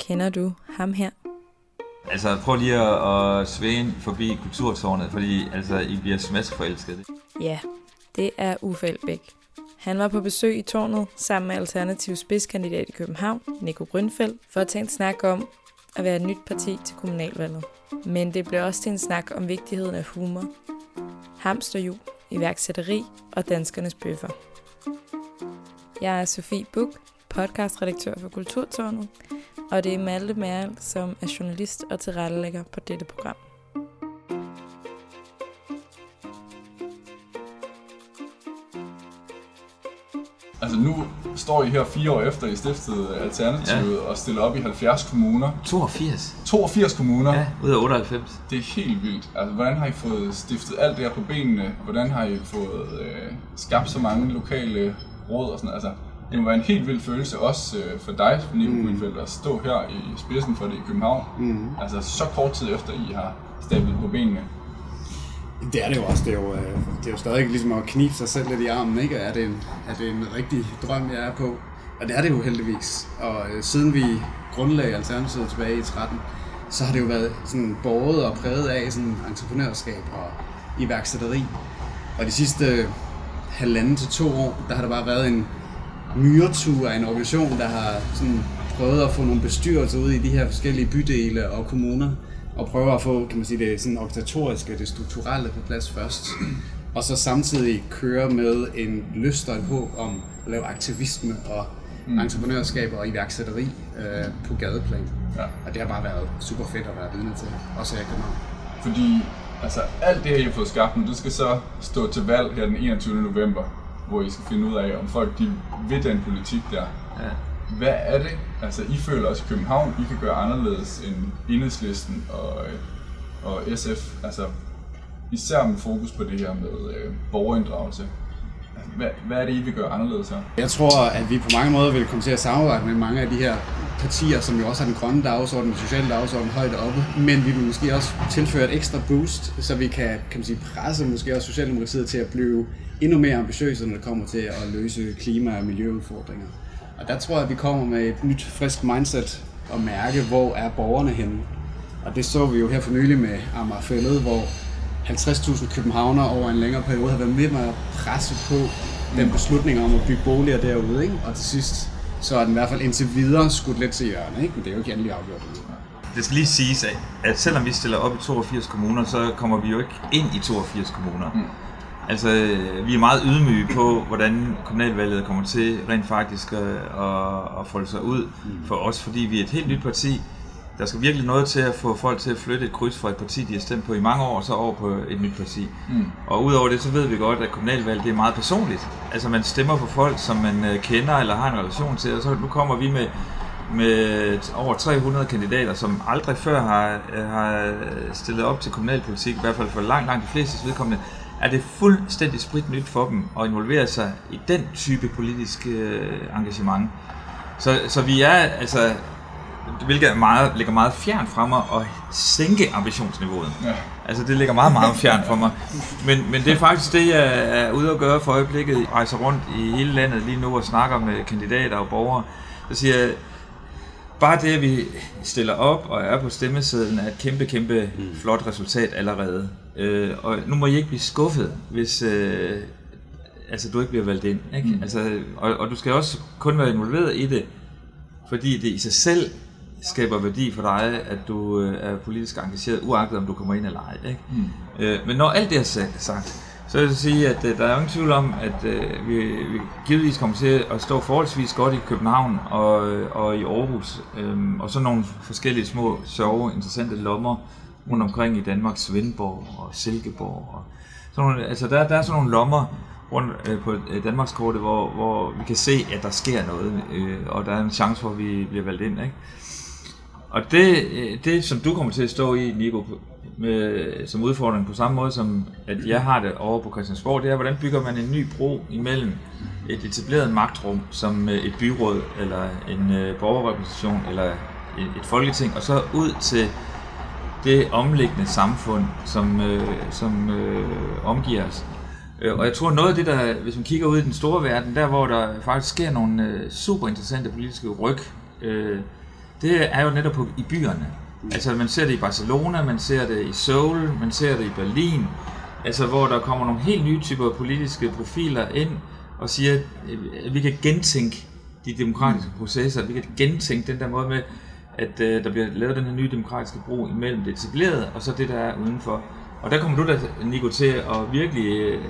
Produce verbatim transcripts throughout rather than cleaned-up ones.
Kender du ham her? Altså prøv lige at, at svæne forbi Kulturtårnet, fordi altså, I bliver smaskforelskede. Ja, det er Uffe Elbæk. Han var på besøg i tårnet sammen med Alternativ spidskandidat i København, Nico Grünfeldt, for at tage en snak om at være et nyt parti til kommunalvalget. Men det blev også til en snak om vigtigheden af humor, hamsterhjul, iværksætteri og danskernes bøffer. Jeg er Sofie Buch, podcastredaktør for Kulturtårnet, og det er Malte Merrild, som er journalist og tilrettelægger på dette program. Altså nu står I her fire år efter, I stiftede Alternativet ja. og stiller op i halvfjerds kommuner. toogfirs. toogfirs kommuner? Ja, ud af otteoghalvfems. Det er helt vildt. Altså hvordan har I fået stiftet alt det her på benene? Hvordan har I fået øh, skabt så mange lokale råd og sådan? Altså det må være en helt vild følelse også øh, for dig, Nico mm. Grünfeldt, at stå her i spidsen for det i København. Mm. Altså så kort tid efter, I har stablet på benene. Det er det jo også. Det er jo, det er jo stadig ligesom at knibe sig selv lidt i armen, ikke? Er det en, er det en rigtig drøm, jeg er på? Og det er det jo heldigvis. Og øh, siden vi grundlagde Alternativet tilbage i tretten, så har det jo været sådan båret og præget af sådan entreprenørskab og iværksætteri. Og de sidste øh, halvanden til to år, der har der bare været en myretur af en organisation, der har sådan prøvet at få nogle bestyrelser ud i de her forskellige bydele og kommuner, og prøver at få, kan man sige, det sådan organisatoriske, det strukturelle på plads først, og så samtidig køre med en lyst og et håb om at lave aktivisme og mm. entreprenørskab og iværksætteri øh, på gadeplan. Ja. Og det har bare været super fedt at være vidne til, også her i København. Fordi altså, alt det her, I har fået skabt, det skal så stå til valg her den enogtyvende november, hvor I skal finde ud af, om folk de vil den politik der. Ja. Hvad er det, altså I føler også i København, I kan gøre anderledes end Enhedslisten og, og S F, altså især med fokus på det her med øh, borgerinddragelse. Hvad, hvad er det, I vil gøre anderledes her? Jeg tror, at vi på mange måder vil komme til at samarbejde med mange af de her partier, som jo også har den grønne dagsorden, den sociale dagsorden højt oppe, men vi vil måske også tilføre et ekstra boost, så vi kan, kan man sige, presse måske også Socialdemokratiet til at blive endnu mere ambitiøse, når det kommer til at løse klima- og miljøudfordringer. Og der tror jeg, at vi kommer med et nyt, frisk mindset og mærke, hvor er borgerne henne. Og det så vi jo her for nylig med Amagerfælled, hvor halvtreds tusind københavnere over en længere periode har været med med at presse på den beslutning om at bygge boliger derude, ikke? Og til sidst, så er den i hvert fald indtil videre skudt lidt til hjørne, ikke? Men det er jo ikke endelig afgjort. Det skal lige siges, at selvom vi stiller op i toogfirs kommuner, så kommer vi jo ikke ind i toogfirs kommuner. Mm. Altså, vi er meget ydmyge på, hvordan kommunalvalget kommer til rent faktisk at, at folde sig ud for os, fordi vi er et helt nyt parti. Der skal virkelig noget til at få folk til at flytte et kryds fra et parti, de har stemt på i mange år, og så over på et nyt parti. Mm. Og udover det, så ved vi godt, at kommunalvalget det er meget personligt. Altså, man stemmer på folk, som man kender eller har en relation til, og så nu kommer vi med, med over tre hundrede kandidater, som aldrig før har, har stillet op til kommunalpolitik, i hvert fald for langt, langt de fleste vedkommende. Er det fuldstændig spritnyt for dem at involvere sig i den type politisk øh, engagement. Så, så vi er, altså, hvilket er meget, ligger meget fjern fra mig at sænke ambitionsniveauet. Ja. Altså det ligger meget, meget fjern fra mig. Men, men det er faktisk det, jeg er ude at gøre for øjeblikket. Jeg rejser rundt i hele landet lige nu og snakker med kandidater og borgere. Så siger jeg, bare det, at vi stiller op og er på stemmesedlen, er et kæmpe, kæmpe flot resultat allerede. Øh, og nu må I ikke blive skuffet, hvis øh, altså, du ikke bliver valgt ind. Ikke? Mm. Altså, og, og du skal også kun være involveret i det, fordi det i sig selv skaber værdi for dig, at du øh, er politisk engageret, uagtet om du kommer ind eller ej. Ikke? Mm. Øh, men når alt det er sagt, så vil jeg sige, at øh, der er ingen tvivl om, at øh, vi, vi givetvis kommer til at stå forholdsvis godt i København og, og i Aarhus, øh, og så nogle forskellige små, sjove, interessante lommer rundt omkring i Danmark, Svendborg og Silkeborg. Og sådan nogle, altså der, der er sådan nogle lommer rundt øh, på Danmarkskortet, hvor, hvor vi kan se, at der sker noget, øh, og der er en chance for, at vi bliver valgt ind. Ikke? Og det, det, som du kommer til at stå i, Nico, med, som udfordring på samme måde, som at jeg har det over på Christiansborg, det er, hvordan bygger man en ny bro imellem et etableret magtrum, som et byråd, eller en øh, borgerrepræsentation, eller et, et folketing, og så ud til det omliggende samfund, som, øh, som øh, omgiver os. Og jeg tror noget af det, der, hvis man kigger ud i den store verden, der hvor der faktisk sker nogle øh, super interessante politiske ryg, øh, det er jo netop på, i byerne. Altså man ser det i Barcelona, man ser det i Seoul, man ser det i Berlin, altså hvor der kommer nogle helt nye typer politiske profiler ind og siger, at vi kan gentænke de demokratiske processer, vi kan gentænke den der måde med, at uh, der bliver lavet den her nye demokratiske bro imellem det etablerede og så det, der er udenfor. Og der kommer du da, Nico, til at virkelig uh,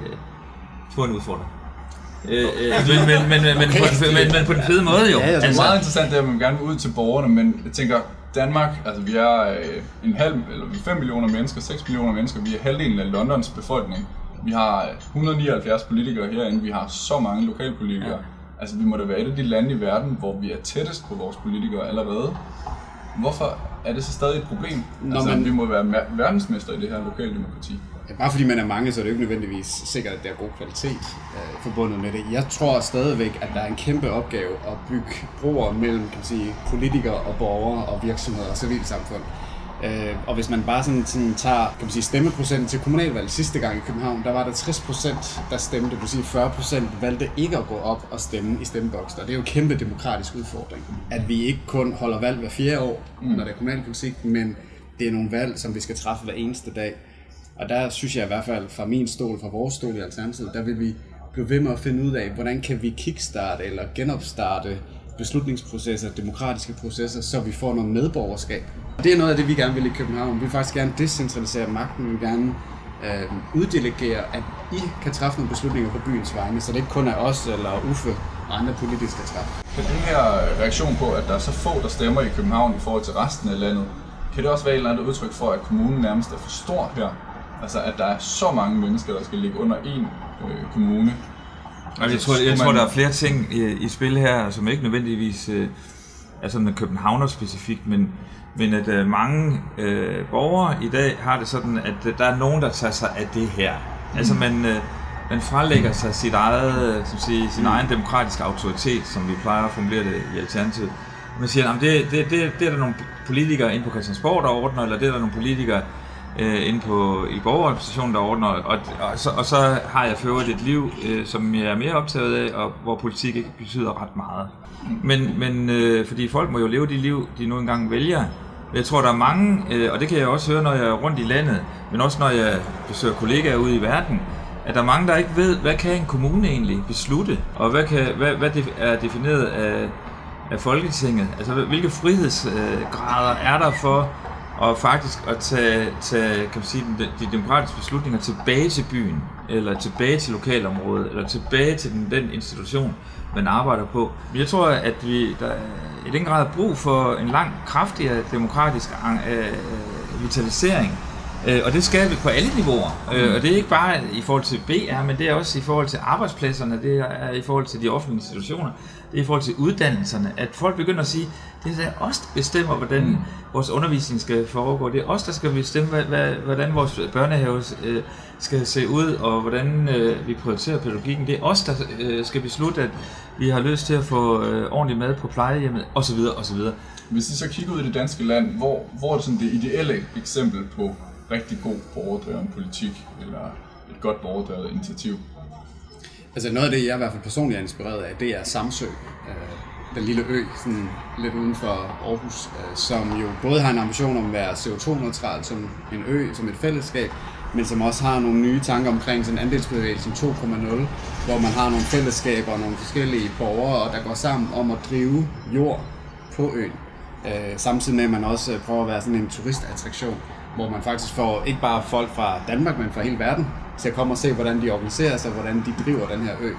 få en udfordring. Uh, uh, men, men, men, men, okay. på, men, men på den fede måde jo. Ja, det er altså, meget interessant, det er, at man gerne vil ud til borgerne, men jeg tænker, Danmark, altså vi er øh, en halv, eller vi er fem millioner mennesker, seks millioner mennesker, vi er halvdelen af Londons befolkning. Vi har et hundrede og nioghalvfjerds politikere herinde, vi har så mange lokalpolitikere. Ja. Altså vi må da være et af de lande i verden, hvor vi er tættest på vores politikere allerede. Hvorfor er det så stadig et problem? Nå, altså man... vi må være verdensmester i det her lokaldemokrati. Ja, bare fordi man er mange, så er det jo ikke nødvendigvis sikkert, at der er god kvalitet øh, forbundet med det. Jeg tror stadigvæk, at der er en kæmpe opgave at bygge broer mellem, kan man sige, politikere og borgere og virksomheder og civilsamfund. Øh, og hvis man bare sådan, sådan tager, kan man sige, stemmeprocenten til kommunalvalget sidste gang i København, der var der tres procent, der stemte, det vil sige fyrre procent valgte ikke at gå op og stemme i stemmeboksen. Og det er jo en kæmpe demokratisk udfordring, at vi ikke kun holder valg hver fjerde år, mm. når det er kommunalpolitik, men det er nogle valg, som vi skal træffe hver eneste dag. Og der synes jeg i hvert fald fra min stol, fra vores stol i Alternativet, der vil vi blive ved med at finde ud af, hvordan kan vi kickstarte eller genopstarte beslutningsprocesser, demokratiske processer, så vi får noget medborgerskab. Det er noget af det, vi gerne vil i København. Vi vil faktisk gerne decentralisere magten, vi vil gerne øh, uddelegere, at I kan træffe nogle beslutninger på byens vegne, så det ikke kun er os eller Uffe og andre politiske træffe. Kan den her reaktion på, at der er så få, der stemmer i København i forhold til resten af landet, kan det også være et eller andet udtryk for, at kommunen nærmest er for stor her? Altså at der er så mange mennesker, der skal ligge under én øh, kommune. Altså, jeg tror, jeg tror, der er flere ting i, i spil her, som ikke nødvendigvis øh, er sådan københavner specifikt, men, men at øh, mange øh, borgere i dag har det sådan, at øh, der er nogen, der tager sig af det her. Mm. Altså man, øh, man frelægger sig sit eget, som siger, sin mm. egen demokratiske autoritet, som vi plejer at formulere det i Alternativet. Man siger, at det, det, det, det er der nogle politikere inde på Christiansborg, der ordner, eller det er der nogle politikere øh, inde på, i borgerrepræsentationen, der ordner, og, og, så, og så har jeg for øvrigt et liv, øh, som jeg er mere optaget af, og hvor politik ikke betyder ret meget. Men, men øh, fordi folk må jo leve de liv, de nu engang vælger. Jeg tror, der er mange, øh, og det kan jeg også høre, når jeg er rundt i landet, men også når jeg besøger kollegaer ude i verden, at der er mange, der ikke ved, hvad kan en kommune egentlig beslutte, og hvad, kan, hvad, hvad er defineret af, af Folketinget. Altså, hvilke frihedsgrader er der for at faktisk at tage, tage kan man sige, de demokratiske beslutninger tilbage til byen, eller tilbage til lokalområdet, eller tilbage til den, den institution, man arbejder på. Jeg tror, at vi der i den grad er brug for en langt kraftigere demokratisk øh, vitalisering. Øh, og det skal vi på alle niveauer. Mm. Øh, og det er ikke bare i forhold til B R, men det er også i forhold til arbejdspladserne, det er i forhold til de offentlige institutioner, det er i forhold til uddannelserne, at folk begynder at sige, det er os, der bestemmer, hvordan mm. vores undervisning skal foregå. Det er os, der skal bestemme, hvad, hvad, hvordan vores børnehave øh, skal se ud, og hvordan øh, vi prioriterer pædagogikken. Det er os, der øh, skal beslutte, at vi har lyst til at få øh, ordentlig mad på plejehjemmet, osv. osv. Hvis I så kigger ud i det danske land, hvor, hvor er det sådan det ideelle eksempel på rigtig god borgerdreven politik, eller et godt borgerdrevet initiativ? Altså noget af det, jeg i hvert fald personligt er inspireret af, det er Samsø, øh, den lille ø, sådan lidt uden for Aarhus, øh, som jo både har en ambition om at være C O to neutral som en ø, som et fællesskab, men som også har nogle nye tanker omkring sådan andelsbevægelsen to punkt nul, hvor man har nogle fællesskaber og nogle forskellige borgere, og der går sammen om at drive jord på øen. Øh, samtidig med, at man også prøver at være sådan en turistattraktion, hvor man faktisk får ikke bare folk fra Danmark, men fra hele verden til at komme og se, hvordan de organiserer sig, hvordan de driver den her ø.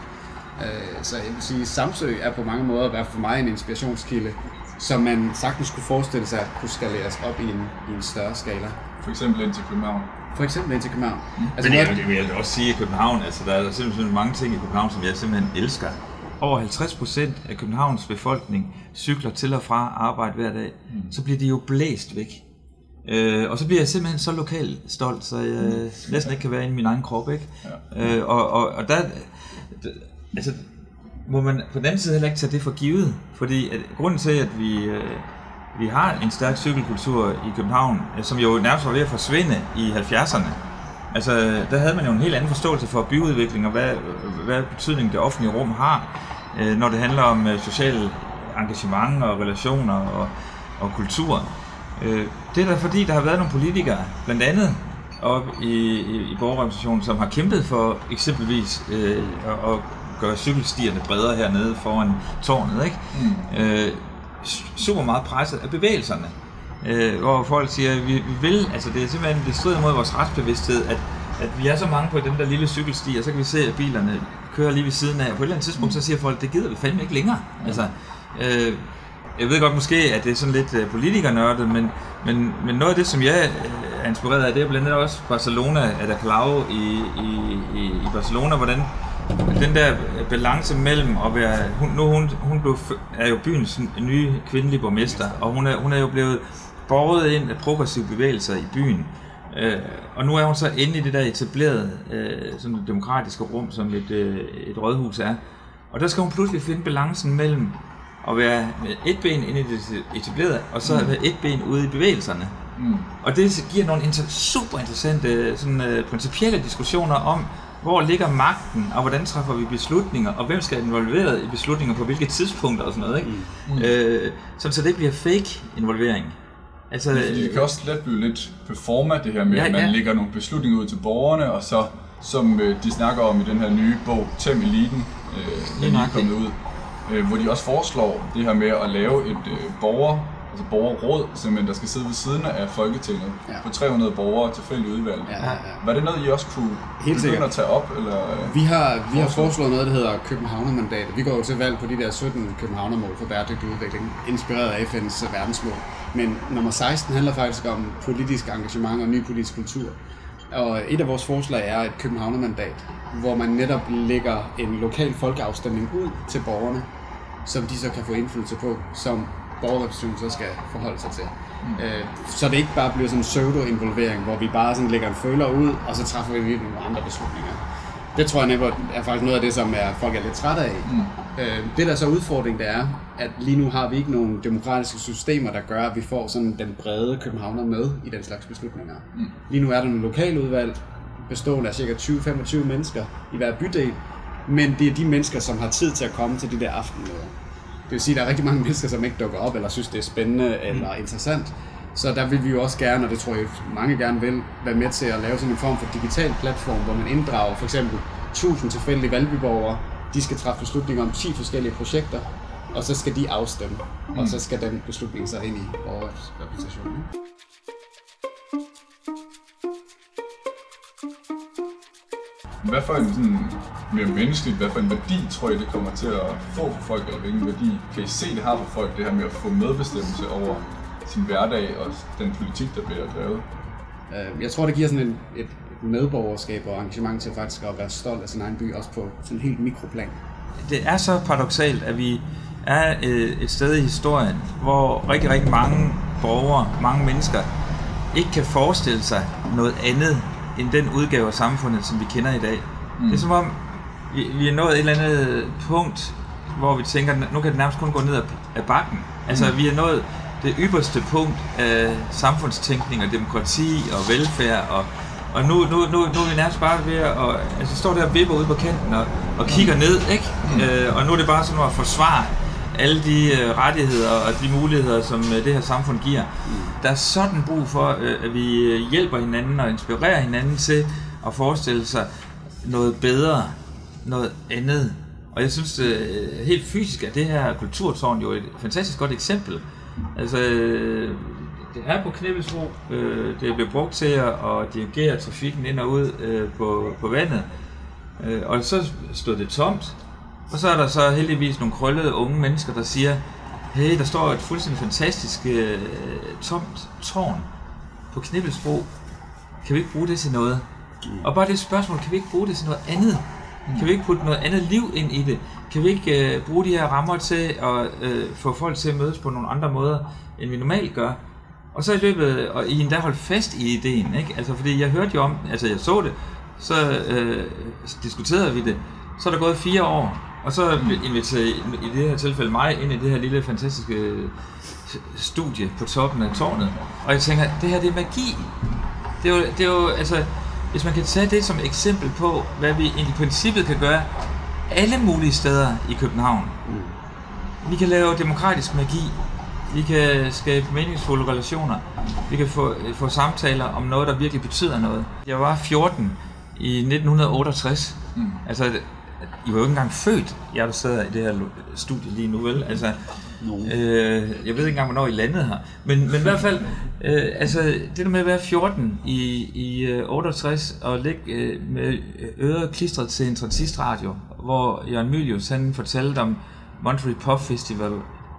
Så jeg vil sige, at Samsø er på mange måder være for mig en inspirationskilde, som man sagtens kunne forestille sig kunne skaleres op i en, i en større skala. For eksempel ind til København. For eksempel ind til København. Mm. Altså, men det, det vil jeg også sige, at København, altså der er simpelthen mange ting i København, som jeg simpelthen elsker. Over halvtreds procent af Københavns befolkning cykler til og fra arbejde hver dag, mm. så bliver de jo blæst væk. Øh, og så bliver jeg simpelthen så lokalt stolt, så jeg mm. næsten ikke kan være inde i min egen krop, ikke? Ja. Øh, og, og, og der, altså, må man på den anden side heller ikke tage det for givet, fordi at, grunden til, at vi, øh, vi har en stærk cykelkultur i København, som jo nærmest var ved at forsvinde i halvfjerdserne, altså der havde man jo en helt anden forståelse for byudvikling og hvad, hvad betydning det offentlige rum har, øh, når det handler om øh, social engagement og relationer og og kultur. Øh, det er da fordi, der har været nogle politikere, blandt andet op i, i, i borgerorganisationen, som har kæmpet for eksempelvis øh, at, at gøre cykelstierne bredere hernede foran tårnet, ikke? Mm. Øh, super meget presset af bevægelserne, øh, hvor folk siger, at vi, vi vil, altså det er simpelthen, det strider mod vores retsbevidsthed, at, at vi er så mange på den der lille cykelsti, og så kan vi se, at bilerne kører lige ved siden af, og på et eller andet tidspunkt, så siger folk, det gider vi fandme ikke længere. Mm. Altså, øh, jeg ved godt måske, at det er sådan lidt uh, politikernørdet, men, men, men noget af det, som jeg er inspireret af, det er blandt andet også Barcelona, Ada Colau i, i, i, i Barcelona, hvordan den der balance mellem at være, hun, nu hun, hun blev, er jo byens nye kvindelige borgmester, og hun er, hun er jo blevet båret ind af progressive bevægelser i byen. Øh, og nu er hun så inde i det der etablerede øh, sådan et demokratiske rum, som et, øh, et rådhus er. Og der skal hun pludselig finde balancen mellem at være med et ben inde i det etablerede, og så mm. være et ben ude i bevægelserne. Mm. Og det giver nogle inter- super interessante sådan, øh, principielle diskussioner om, hvor ligger magten, og hvordan træffer vi beslutninger, og hvem skal involveret i beslutninger på hvilke tidspunkter og sådan noget, ikke? Mm. Øh, sådan, så det bliver fake involvering. Altså, det kan også let blive lidt performa, det her med, ja, at man ja. lægger nogle beslutninger ud til borgerne, og så, som øh, de snakker om i den her nye bog, Tæm Eliten, øh, der lige er kommet ud, øh, hvor de også foreslår det her med at lave et øh, borger, altså borgerråd, simpelthen, der skal sidde ved siden af Folketinget, ja. på tre hundrede borgere tilfældigt udvalg. Ja, ja, ja. Var det noget, I også kunne Helt begynde at tage op? Eller, vi har, vi har foreslået noget, der hedder Københavnermandatet. Vi går jo til valg på de der sytten Københavnermål for bæredygtig udvikling, inspireret af F N's verdensmål. Men nummer seksten handler faktisk om politisk engagement og ny politisk kultur. Og et af vores forslag er et Københavnermandat, hvor man netop lægger en lokal folkeafstemning ud til borgerne, som de så kan få indflydelse på, som borgerrepræsentationen så skal forholde sig til. Mm. Øh, så det ikke bare bliver sådan en pseudo-involvering, hvor vi bare sådan lægger en føler ud, og så træffer vi nogle andre beslutninger. Det tror jeg netop er faktisk noget af det, som er, folk er lidt trætte af. Mm. Øh, det der så udfordring, det er, at lige nu har vi ikke nogen demokratiske systemer, der gør, at vi får sådan den brede københavner med i den slags beslutninger. Mm. Lige nu er der nogle lokaludvalg, bestående af cirka tyve til femogtyve mennesker i hver bydel, men det er de mennesker, som har tid til at komme til de der aftenmøder. Det vil sige, at der er rigtig mange mennesker, som ikke dukker op, eller synes, det er spændende eller interessant. Så der vil vi jo også gerne, og det tror jeg mange gerne vil, være med til at lave sådan en form for digital platform, hvor man inddrager for eksempel tusind tilfældige valgbyborgere. De skal træffe beslutninger om ti forskellige projekter, og så skal de afstemme, mm. og så skal den beslutning så ind i vores repræsentation. Hvad for en sådan mere menneskeligt, hvad for en værdi tror I, det kommer til at få for folk, eller hvilken værdi kan I se, det har for folk, det her med at få medbestemmelse over sin hverdag og den politik, der bliver drevet? Jeg tror, det giver sådan en, et medborgerskab og engagement til faktisk at være stolt af sin egen by, også på sådan en helt mikroplan. Det er så paradoksalt, at vi er et sted i historien, hvor rigtig, rigtig mange borgere, mange mennesker, ikke kan forestille sig noget andet end den udgave af samfundet, som vi kender i dag. Mm. Det er som om, vi, vi er nået et eller andet punkt, hvor vi tænker, nu kan det nærmest kun gå ned ad bakken. Altså, mm. vi er nået det ypperste punkt af samfundstænkning og demokrati og velfærd, og, og nu, nu, nu, nu er vi nærmest bare ved at altså, stå der og vipper ude på kanten og, og kigger ned, ikke? Mm. Øh, og nu er det bare sådan at forsvare alle de øh, rettigheder og de muligheder, som øh, det her samfund giver. Mm. Der er sådan brug for, øh, at vi hjælper hinanden og inspirerer hinanden til at forestille sig noget bedre, noget andet. Og jeg synes øh, helt fysisk, at det her kulturtårn jo er et fantastisk godt eksempel. Altså, øh, det er på Knibbelsbro. Øh, det bliver brugt til at, at dirigere trafikken ind og ud øh, på, på vandet. Øh, og så stod det tomt. Og så er der så heldigvis nogle krøllede unge mennesker, der siger, hey, der står et fuldstændig fantastisk øh, tomt tårn på Knibbelsbro. Kan vi ikke bruge det til noget? Mm. Og bare det spørgsmål, kan vi ikke bruge det til noget andet? Mm. Kan vi ikke putte noget andet liv ind i det? Kan vi ikke øh, bruge de her rammer til at øh, få folk til at mødes på nogle andre måder, end vi normalt gør? Og så i løbet, og I endda holdt fast i ideen, ikke? Altså, fordi jeg hørte jo om, altså jeg så det, så øh, diskuterede vi det, så er der gået fire år, og så inviterede i det her tilfælde mig ind i det her lille fantastiske studie på toppen af tårnet. Og jeg tænker, det her det er magi. Det er jo, det er jo altså, hvis man kan tage det som eksempel på, hvad vi i princippet kan gøre alle mulige steder i København. Vi kan lave demokratisk magi, Vi kan skabe meningsfulde relationer. Vi kan få, få samtaler om noget, der virkelig betyder noget. Jeg var fjorten i nitten otteogtres. Mm. Altså, I var jo ikke engang født, jeg der sidder i det her studie lige nu, vel? Altså, øh, jeg ved ikke engang, hvornår I landede her. Men, men i hvert fald, øh, altså, det der med at være fjorten i, i otteogtres og ligge øh, med øret klistret til en transistorradio, hvor Jørgen Mylius, han fortalte om Monterey Pop Festival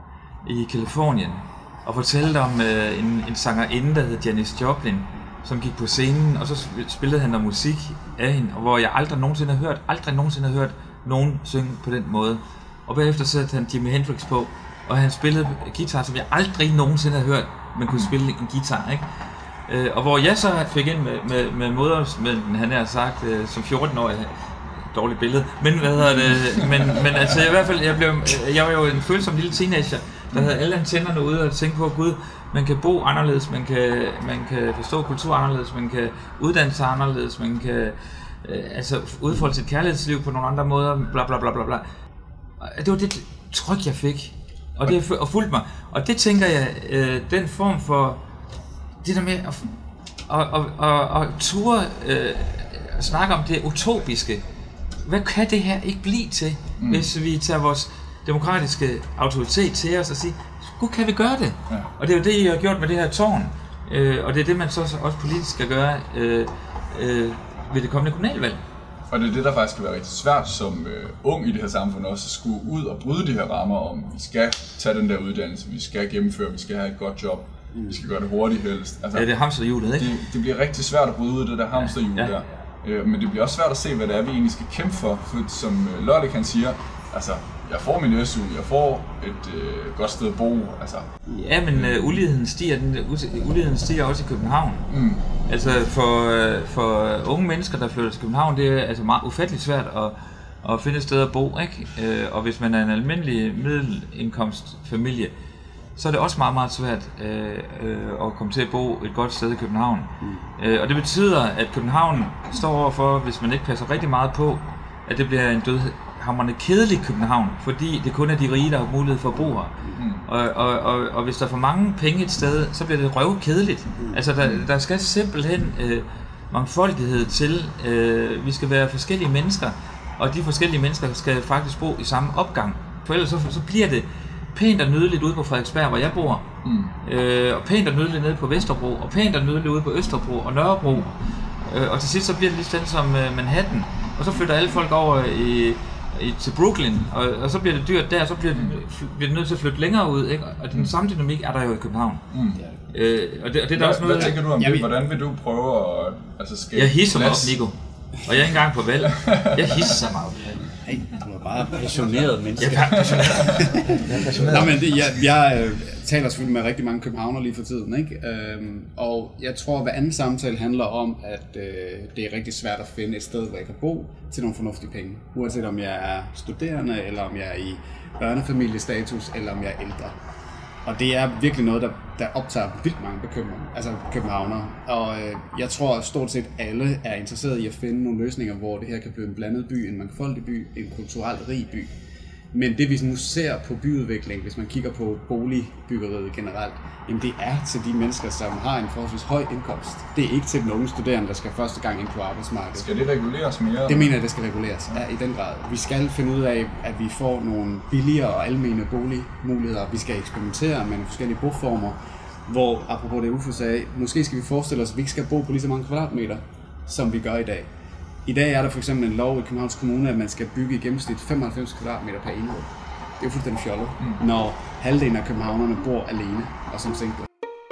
i Californien, og fortalte om øh, en, en sangerinde, der hed Janis Joplin, som gik på scenen, og så spillede han noget musik af hende, og hvor jeg aldrig nogensinde har hørt, aldrig nogensinde har hørt nogen synge på den måde. Og bagefter satte han Jimi Hendrix på, og han spillede guitar, som jeg aldrig nogensinde har hørt, man kunne spille en guitar, ikke? Øh, og hvor jeg så fik ind med, med, med modersmænden, han har sagt, øh, som fjorten-årig, dårligt billede, men hvad hedder det, men, men altså i hvert fald, jeg, blev, jeg var jo en følsom lille teenager, der havde alle antennerne ude og tænkte på, gud, man kan bo anderledes, man kan, man kan forstå kultur anderledes, man kan uddanne sig anderledes, man kan øh, altså udfolde sit kærlighedsliv på nogle andre måder, bla bla bla bla bla. Det var det tryk, jeg fik, og det og fulgte mig. Og det tænker jeg, øh, den form for, det der med at og, og, og, og ture øh, snakke om det utopiske. Hvad kan det her ikke blive til, mm. hvis vi tager vores demokratiske autoritet til os og siger, gud, kan vi gøre det? Ja. Og det er jo det, I har gjort med det her tårn. Øh, og det er det, man så også politisk skal gøre øh, øh, ved det kommende kommunalvalg. Og det er det, der faktisk skal være rigtig svært som øh, ung i det her samfund også, at skulle ud og bryde de her rammer om, vi skal tage den der uddannelse, vi skal gennemføre, vi skal have et godt job, mm. vi skal gøre det hurtigt helst. Altså, ja, det er hamsterhjulet, ikke? Det, det bliver rigtig svært at bryde ud af det der hamsterhjul ja. Ja. der. Øh, men det bliver også svært at se, hvad det er, vi egentlig skal kæmpe for. For som øh, Lotte kan sige, altså, jeg får min S U, jeg får et øh, godt sted at bo, altså. Ja, men øh, uligheden stiger, den, uligheden stiger også i København. Mm. Altså for, øh, for unge mennesker, der flytter til København, det er altså meget ufatteligt svært at, at finde et sted at bo, ikke? Øh, og hvis man er en almindelig middelindkomstfamilie, så er det også meget, meget svært øh, øh, at komme til at bo et godt sted i København. Mm. Øh, og det betyder, at København står overfor, hvis man ikke passer rigtig meget på, at det bliver en død hamrende kedelig København, fordi det kun er de rige, der har mulighed for at bo her. Mm. Og, og, og, og hvis der er for mange penge et sted, så bliver det røvkedeligt. Mm. Altså der, der skal simpelthen øh, mangfoldighed til. Øh, vi skal være forskellige mennesker, og de forskellige mennesker skal faktisk bo i samme opgang. For ellers så, så bliver det pænt og nydeligt ude på Frederiksberg, hvor jeg bor. Mm. Øh, og pænt og nydeligt nede på Vesterbro, og pænt og nydeligt ude på Østerbro og Nørrebro. Øh, og til sidst så bliver det lige sådan som øh, Manhattan. Og så flytter alle folk over i I, til Brooklyn, og, og så bliver det dyrt der, og så bliver det, bliver det nødt til at flytte længere ud, ikke? Og den samme dynamik er der jo i København. Mm. Øh, og, det, og det er der også noget. Hvad tænker du om det? Hvordan vil du prøve at altså, skabe Jeg hisser mig op, Nico. Og jeg er ikke engang på valg. Jeg hisser mig op. Hey, du er bare passioneret menneske. Jeg er passioneret. Nå, men det, jeg, jeg øh, taler selvfølgelig med rigtig mange københavner lige for tiden, ikke? Øhm, og jeg tror, at hver anden samtale handler om, at øh, det er rigtig svært at finde et sted, hvor jeg kan bo til nogle fornuftige penge. Uanset om jeg er studerende, eller om jeg er i børnefamiliestatus, eller om jeg er ældre. Og det er virkelig noget, der, der optager vildt mange bekymringer, altså københavnere. Og øh, jeg tror, at stort set alle er interesseret i at finde nogle løsninger, hvor det her kan blive en blandet by, en mangfoldig by, en kulturelt rig by. Men det vi nu ser på byudvikling, hvis man kigger på boligbyggeriet generelt, jamen det er til de mennesker, som har en forholdsvis høj indkomst. Det er ikke til den unge studerende, der skal første gang ind på arbejdsmarkedet. Skal det reguleres mere? Det mener jeg, det skal reguleres, ja, i den grad. Vi skal finde ud af, at vi får nogle billigere og almene boligmuligheder. Vi skal eksperimentere med nogle forskellige boformer, hvor, apropos det Uffe sagde, måske skal vi forestille os, at vi ikke skal bo på lige så mange kvadratmeter, som vi gør i dag. I dag er der for eksempel en lov i Københavns Kommune, at man skal bygge i gennemsnit femoghalvfems kvadratmeter per enhed. Det er jo fuldstændig fjollet, mm. når halvdelen af københavnerne bor alene og som single.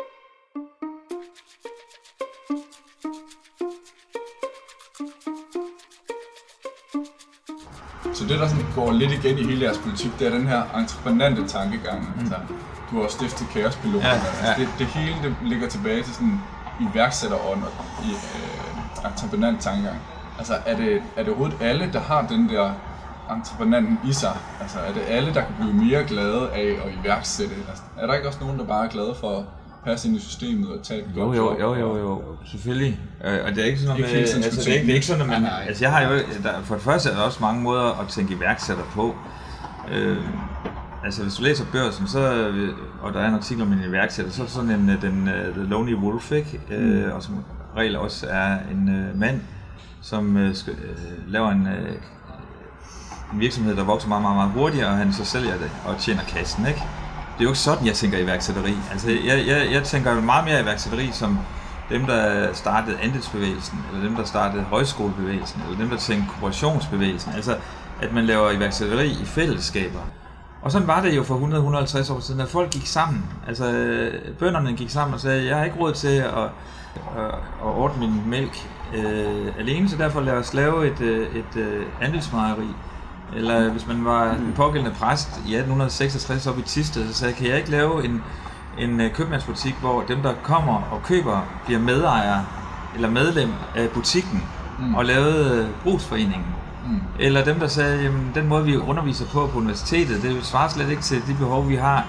Så det, der sådan går lidt igen i hele jeres politik, det er den her entreprenante tankegang. Mm. Altså, du har også stiftet Kaospiloten. Ja, ja. Altså, det, det hele det ligger tilbage til sådan iværksætterånd og i øh, entreprenant tankegang. Altså, er det, er det overhovedet alle, der har den der entreprenanten i sig? Altså, er det alle, der kan blive mere glade af at iværksætte? Altså, er der ikke også nogen, der bare er glade for at passe ind i systemet og tage et jo, godt jo, job? Jo, jo, jo, selvfølgelig. Og det er ikke sådan, ikke med, altså, det er ikke, det er ikke sådan, at man, nej, nej. Altså, jeg har jo, der, for det første er der også mange måder at tænke iværksætter på. Øh, altså hvis du læser Børsen, så, og der er en artikel om en iværksætter, så er sådan en, den uh, The Lonely Wolf, ikke? Mm. Uh, og som regel også er en uh, mand, som uh, skal, uh, laver en, uh, en virksomhed, der vokser meget, meget, meget hurtigere, og han så sælger det og tjener kassen, ikke? Det er jo ikke sådan, jeg tænker iværksætteri. Altså, jeg, jeg, jeg tænker meget mere iværksætteri som dem, der startede andelsbevægelsen, eller dem, der startede højskolebevægelsen, eller dem, der tænkte kooperationsbevægelsen. Altså, at man laver iværksætteri i fællesskaber. Og sådan var det jo for hundrede til hundrede og halvtreds år siden, at folk gik sammen. Altså, bønderne gik sammen og sagde, jeg har ikke råd til at, at, at ordne min mælk øh, alene, så derfor lad os lave et, et, et andelsmejeri. Eller hvis man var en pågældende præst i atten seksogtres op i Thisted, så sagde kan jeg ikke lave en, en købmandsbutik, hvor dem, der kommer og køber, bliver medejere eller medlem af butikken mm. og lavede brugsforeningen. Mm. Eller dem, der sagde, jamen den måde, vi underviser på på universitetet, det svarer slet ikke til de behov, vi har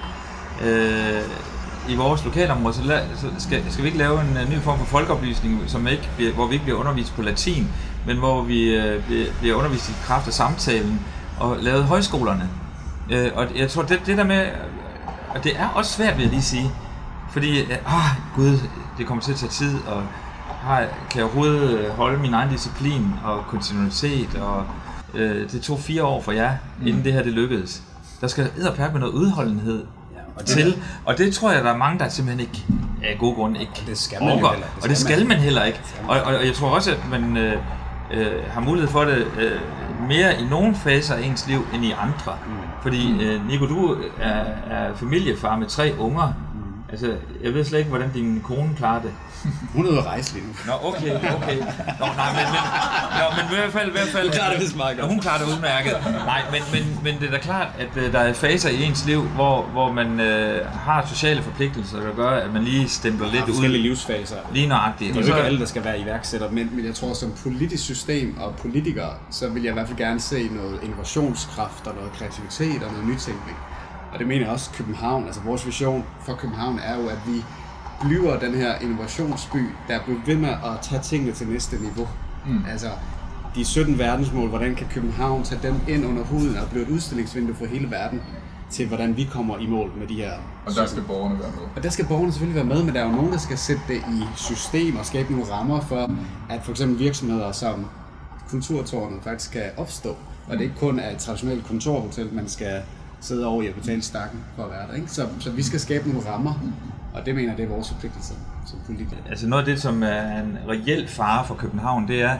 øh, i vores lokalområde, så, la- så skal, skal vi ikke lave en, en ny form for folkeoplysning, som ikke bliver, hvor vi ikke bliver undervist på latin, men hvor vi øh, bliver, bliver undervist i kraft af samtalen og lavet højskolerne. Øh, og jeg tror, det, det der med, og det er også svært, vil jeg lige sige, fordi, øh, gud, det kommer til at tage tid, og har, kan jeg overhovedet holde min egen disciplin og kontinuitet, og øh, det tog fire år for jer, mm. inden det her det lykkedes. Der skal edderpærke med noget udholdenhed ja, og til, det, og det tror jeg, der er mange, der simpelthen ikke af gode grunde ikke og det skal man overgår, heller, det og det skal man heller ikke. Og, og, og jeg tror også, at man øh, øh, har mulighed for det øh, mere i nogle faser af ens liv, end i andre. Mm. Fordi, øh, Nico, du er, er familiefar med tre unger. Mm. Altså, jeg ved slet ikke, hvordan din kone klarer det. Hun er ude at rejse lige nu. Nå, okay, okay. Nå, nej, men, men, ja, men i hvert fald... I hvert fald hun klarer det vist meget godt. Hun klarer det udmærket. Nej, men, men, men det er da klart, at uh, der er faser i ens liv, hvor, hvor man uh, har sociale forpligtelser, der gør, at man lige stempler lidt ud. Der er forskellige livsfaser. Lige nøjagtigt. Det er jo ikke alle, der skal være iværksætter, men, men jeg tror, som politisk system og politikere, så vil jeg i hvert fald gerne se noget innovationskraft og noget kreativitet og noget nytænkning. Og det mener jeg også København. Altså vores vision for København er jo, at vi bliver den her innovationsby, der er blevet ved med at tage tingene til næste niveau. Mm. Altså de sytten verdensmål, hvordan kan København tage dem ind under huden og blive et udstillingsvindue for hele verden til, hvordan vi kommer i mål med de her... Og der skal borgerne være med. Og der skal borgerne selvfølgelig være med, men der er jo nogen, der skal sætte det i system og skabe nogle rammer for, at for eksempel virksomheder som Kulturtårnet faktisk kan opstå. Og det ikke kun er et traditionelt kontorhotel, man skal sidde over i at betale stakken for at være der. Ikke? Så, så vi skal skabe nogle rammer, og det mener jeg, det er vores forpligtelse som politikere. Altså noget af det, som er en reel fare for København, det er,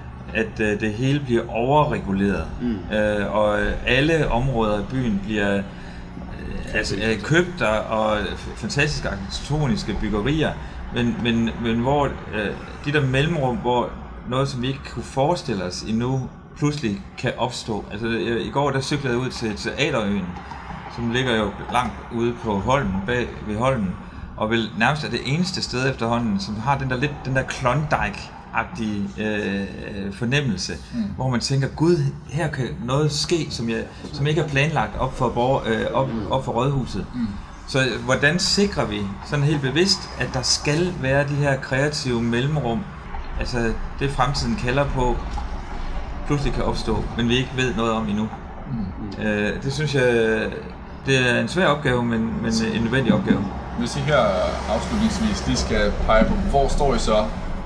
at øh, det hele bliver overreguleret, mm. øh, og alle områder i byen bliver øh, altså, øh, købt og, og fantastiske arkitektoniske byggerier, men, men, men hvor øh, de der mellemrum, hvor noget, som vi ikke kunne forestille os endnu, pludselig kan opstå. Altså jeg, i går der cyklede jeg ud til Teaterøen, som ligger jo langt ude på Holmen, bag ved Holmen, og vel nærmest er det eneste sted efterhånden, som har den der lidt den der Klondike-agtige øh, fornemmelse, mm. hvor man tænker, gud, her kan noget ske, som jeg som ikke er planlagt op for borger, øh, op, op for Rådhuset. Mm. Så hvordan sikrer vi sådan helt bevidst, at der skal være de her kreative mellemrum, altså det fremtiden kalder på, pludselig kan opstå, men vi ikke ved noget om endnu. Mm. Øh, det synes jeg, det er en svær opgave, men, men en nødvendig opgave. Hvis I her afslutningsvis lige skal pege på, hvor står I så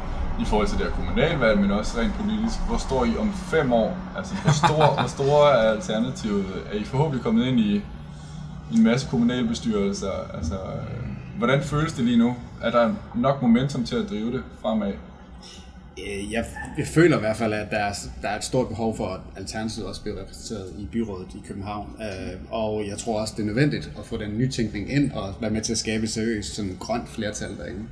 i forhold til det her kommunalvalg, men også rent politisk, hvor står I om fem år? Altså, hvor store, hvor store er alternativet? Er I forhåbentlig kommet ind i, i en masse kommunalbestyrelser? Altså, hvordan føles det lige nu? Er der nok momentum til at drive det fremad? Jeg, jeg føler i hvert fald, at der er, der er et stort behov for, at Alternativet også bliver repræsenteret i byrådet i København. Og jeg tror også, det er nødvendigt at få den nytænkning ind og være med til at skabe et seriøst sådan grønt flertal derinde.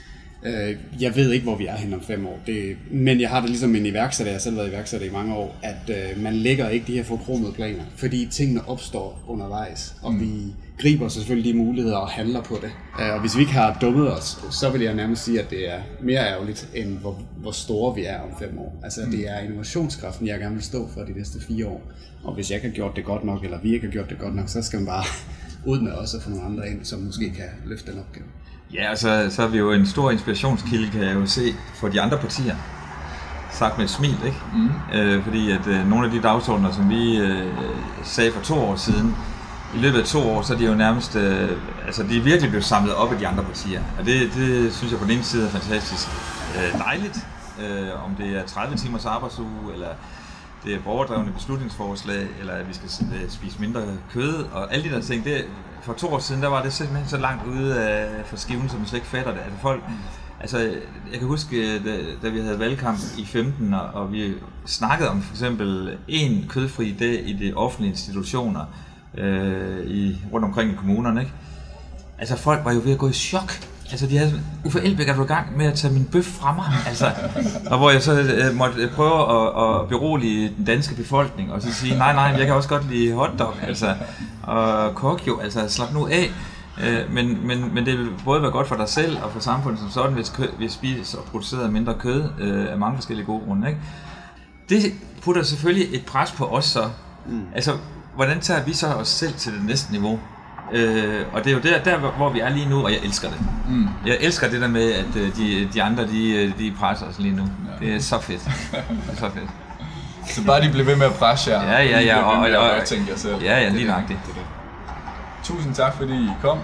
Jeg ved ikke, hvor vi er hen om fem år, det, men jeg har det ligesom en iværksætter, jeg har selv været iværksætter i mange år, at øh, man lægger ikke de her forkromede planer, fordi tingene opstår undervejs, og mm. vi griber selvfølgelig de muligheder og handler på det. Og hvis vi ikke har dummet os, så vil jeg nærmest sige, at det er mere ærgerligt, end hvor, hvor store vi er om fem år. Altså mm. det er innovationskraften, jeg gerne vil stå for de næste fire år, og hvis jeg ikke har gjort det godt nok, eller vi ikke har gjort det godt nok, så skal man bare ud med os og få nogle andre ind, som måske kan løfte den opgave. Ja, altså, så er vi jo en stor inspirationskilde, kan jeg jo se, for de andre partier. Sagt med et smil, ikke? Mm. Øh, fordi at øh, nogle af de dagsordner, som vi øh, sagde for to år siden, i løbet af to år, så er de jo nærmest, øh, altså de er virkelig blevet samlet op af de andre partier. Og det, det synes jeg på den ene side er fantastisk øh, dejligt, øh, om det er tredive timers arbejdsuge, eller det er borgerdrevne beslutningsforslag, eller at vi skal spise mindre kød, og alle de der ting. Det, for to år siden, der var det simpelthen så langt ude af for skiven, som man slet ikke fatter det. Altså folk, altså jeg kan huske, da, da vi havde valgkamp i femten, og, og vi snakkede om for eksempel en kødfri dag i de offentlige institutioner, øh, i, rundt omkring i kommunerne, ikke? Altså folk var jo ved at gå i chok. Altså de havde, Uffe Elbæk er du i gang med at tage min bøf fra mig, altså, og hvor jeg så øh, måtte prøve at, at berolige den danske befolkning, og så sige, nej, nej, jeg kan også godt lide hotdog, altså, og kok jo, altså slap nu af, øh, men, men, men det vil både være godt for dig selv og for samfundet som sådan, hvis vi spiser og producerer mindre kød øh, af mange forskellige gode grunde, ikke? Det putter selvfølgelig et pres på os så, mm. altså, hvordan tager vi så os selv til det næste niveau? Øh, og det er jo der, der, hvor vi er lige nu, og jeg elsker det. Mm. Jeg elsker det der med, at de, de andre, de, de presser os lige nu. Ja. Det er så fedt. Det er så fedt. Så bare de bliver ved med at presse jer. Ja, ja, ja. Og, og, og, og tænke jer selv. Ja, ja, lige nøjagtigt. Tusind tak, fordi I kom.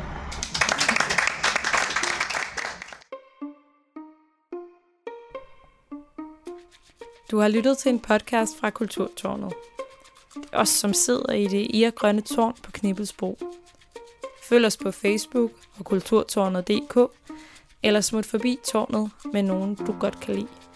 Du har lyttet til en podcast fra Kulturtårnet. Det er os, som sidder i det irgrønne tårn på Knibbelsbro. Følg os på Facebook og kulturtårnet punktum d k, eller smut forbi tårnet med nogen, du godt kan lide.